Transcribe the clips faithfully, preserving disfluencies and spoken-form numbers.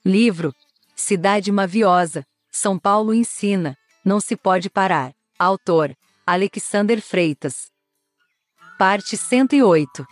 Livro Cidade Maviosa, São Paulo ensina, não se pode parar. Autor Alexander Freitas. Parte cento e oito.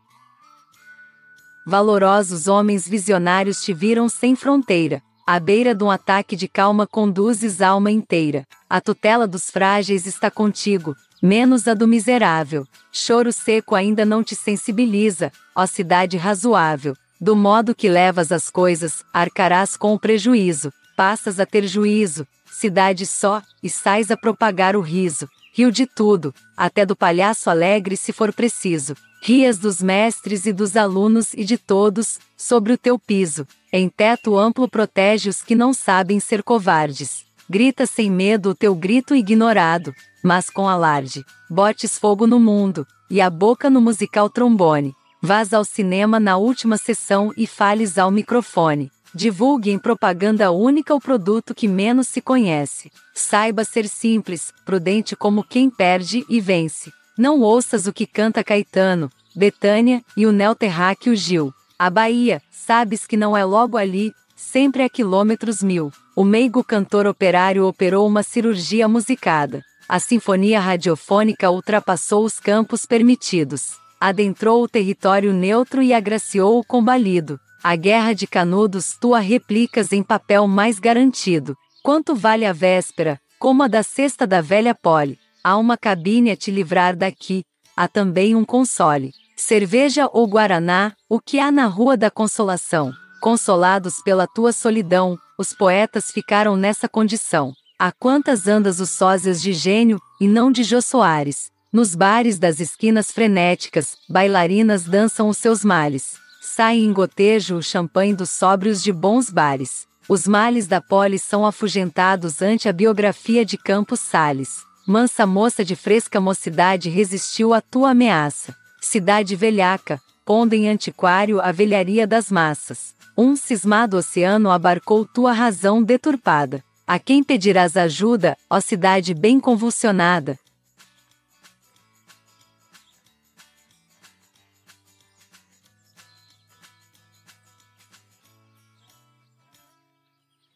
Valorosos homens visionários te viram sem fronteira. À beira de um ataque de calma conduzes alma inteira. A tutela dos frágeis está contigo, menos a do miserável. Choro seco ainda não te sensibiliza, ó cidade razoável. Do modo que levas as coisas, arcarás com o prejuízo. Passas a ter juízo, cidade só, e sais a propagar o riso. Rio de tudo, até do palhaço alegre se for preciso. Rias dos mestres e dos alunos e de todos, sobre o teu piso. Em teto amplo protege os que não sabem ser covardes. Grita sem medo o teu grito ignorado, mas com alarde. Botes fogo no mundo, e a boca no musical trombone. Vás ao cinema na última sessão e fales ao microfone. Divulgue em propaganda única o produto que menos se conhece. Saiba ser simples, prudente como quem perde e vence. Não ouças o que canta Caetano, Bethânia e o neoterráqueo Gil. A Bahia, sabes que não é logo ali, sempre a quilômetros mil. O meigo cantor operário operou uma cirurgia musicada. A sinfonia radiofônica ultrapassou os campos permitidos. Adentrou o território neutro e agraciou o combalido. A guerra de Canudos tu a replicas em papel mais garantido. Quanto vale a véspera, como a da cesta da velha Poli? Há uma cabine a te livrar daqui, há também um console. Cerveja ou guaraná, o que há na Rua da Consolação? Consolados pela tua solidão, os poetas ficaram nessa condição. Há quantas andas os sósias de Gênio, e não de Jô Soares? Nos bares das esquinas frenéticas, bailarinas dançam os seus males. Sai em gotejo o champanhe dos sóbrios de bons bares. Os males da Poli são afugentados ante a biografia de Campos Sales. Mansa moça de fresca mocidade resistiu à tua ameaça. Cidade velhaca, pondo em antiquário a velharia das massas. Um cismado oceano abarcou tua razão deturpada. A quem pedirás ajuda, ó cidade bem convulsionada?